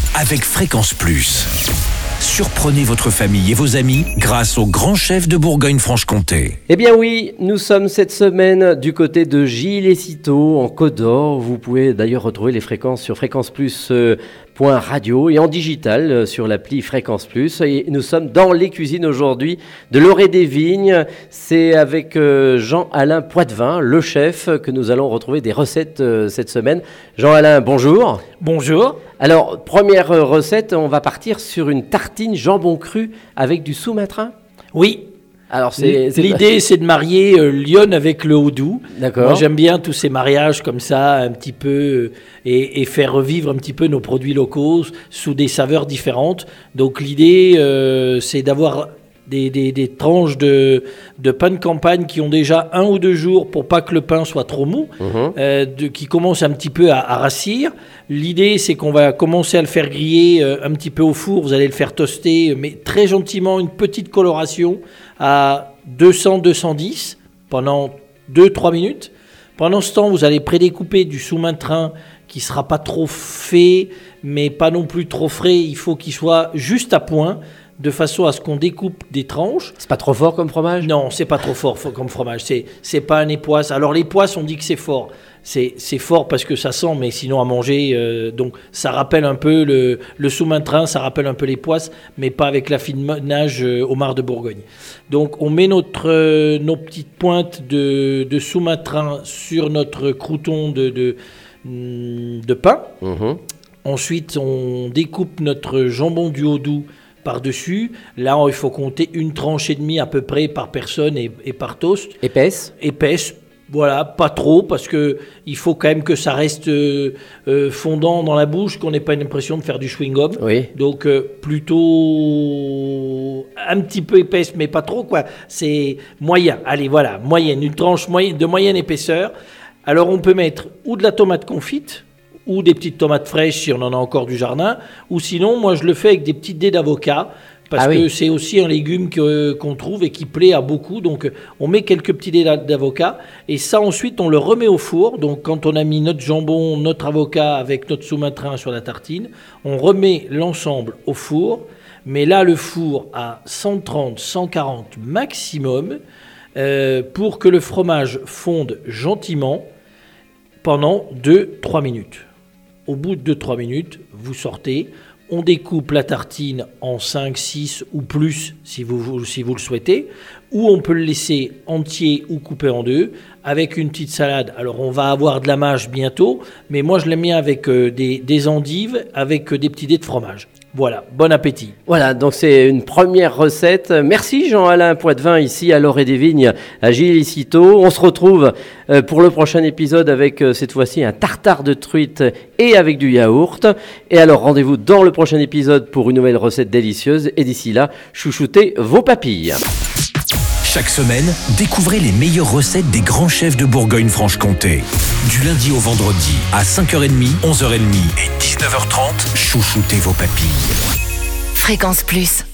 avec Fréquence Plus. Surprenez votre famille et vos amis grâce au grand chef de Bourgogne-Franche-Comté. Eh bien oui, nous sommes cette semaine du côté de Gilles et Citeaux, en Côte d'Or. Vous pouvez d'ailleurs retrouver les fréquences sur fréquenceplus.radio et en digital sur l'appli Fréquence Plus. Et nous sommes dans les cuisines aujourd'hui de l'Orée des Vignes. C'est avec Jean-Alain Poitevin, le chef, que nous allons retrouver des recettes cette semaine. Jean-Alain, bonjour. Bonjour. Alors, première recette, on va partir sur une tartine jambon cru avec du sous-matrin. Oui. Alors l'idée, c'est de marier l'Yonne avec le Haut-Doubs. D'accord. Moi, j'aime bien tous ces mariages comme ça, un petit peu, et faire revivre un petit peu nos produits locaux sous des saveurs différentes. Donc, l'idée, c'est d'avoir des tranches de pain de campagne qui ont déjà 1 ou 2 jours pour pas que le pain soit trop mou, qui commencent un petit peu à rassir. L'idée, c'est qu'on va commencer à le faire griller un petit peu au four. Vous allez le faire toaster, mais très gentiment, une petite coloration à 200-210 pendant 2-3 minutes. Pendant ce temps, vous allez prédécouper du sous-matrin qui sera pas trop fait, mais pas non plus trop frais. Il faut qu'il soit juste à point, de façon à ce qu'on découpe des tranches. C'est pas trop fort comme fromage ? Non, c'est pas trop fort comme fromage. C'est pas un époisse. Alors les poisses, on dit que c'est fort. C'est fort parce que ça sent, mais sinon à manger, donc ça rappelle un peu le sous-matrin, ça rappelle un peu les poisses, mais pas avec l'affinage homard de Bourgogne. Donc on met nos petites pointes de sous-matrin sur notre crouton de pain. Ensuite, on découpe notre jambon du Haut-Doubs par-dessus. Là, il faut compter 1,5 tranche à peu près par personne et par toast. Épaisse, voilà, pas trop, parce que il faut quand même que ça reste fondant dans la bouche, qu'on n'ait pas l'impression de faire du chewing-gum. Oui. Donc, plutôt un petit peu épaisse, mais pas trop, quoi. C'est moyen. Allez, voilà, moyenne, une tranche de moyenne épaisseur. Alors, on peut mettre ou de la tomate confite, ou des petites tomates fraîches si on en a encore du jardin, ou sinon, moi je le fais avec des petites dés d'avocat, parce que c'est aussi un légume qu'on trouve et qui plaît à beaucoup, donc on met quelques petits dés d'avocat, et ça ensuite on le remet au four. Donc quand on a mis notre jambon, notre avocat avec notre sous-matrin sur la tartine, on remet l'ensemble au four, mais là le four à 130-140 maximum, pour que le fromage fonde gentiment pendant 2-3 minutes. Au bout de 2-3 minutes, vous sortez, on découpe la tartine en 5, 6 ou plus si vous le souhaitez, ou on peut le laisser entier ou coupé en 2 avec une petite salade. Alors on va avoir de la mâche bientôt, mais moi je l'aime bien avec des endives, avec des petits dés de fromage. Voilà, bon appétit. Voilà, donc c'est une première recette. Merci Jean-Alain Poitevin ici à l'Orée des Vignes, à Gilles et Citeaux. On se retrouve pour le prochain épisode avec cette fois-ci un tartare de truite et avec du yaourt. Et alors rendez-vous dans le prochain épisode pour une nouvelle recette délicieuse. Et d'ici là, chouchoutez vos papilles. Chaque semaine, découvrez les meilleures recettes des grands chefs de Bourgogne-Franche-Comté. Du lundi au vendredi, à 5h30, 11h30 et 19h30, chouchoutez vos papilles. Fréquence Plus.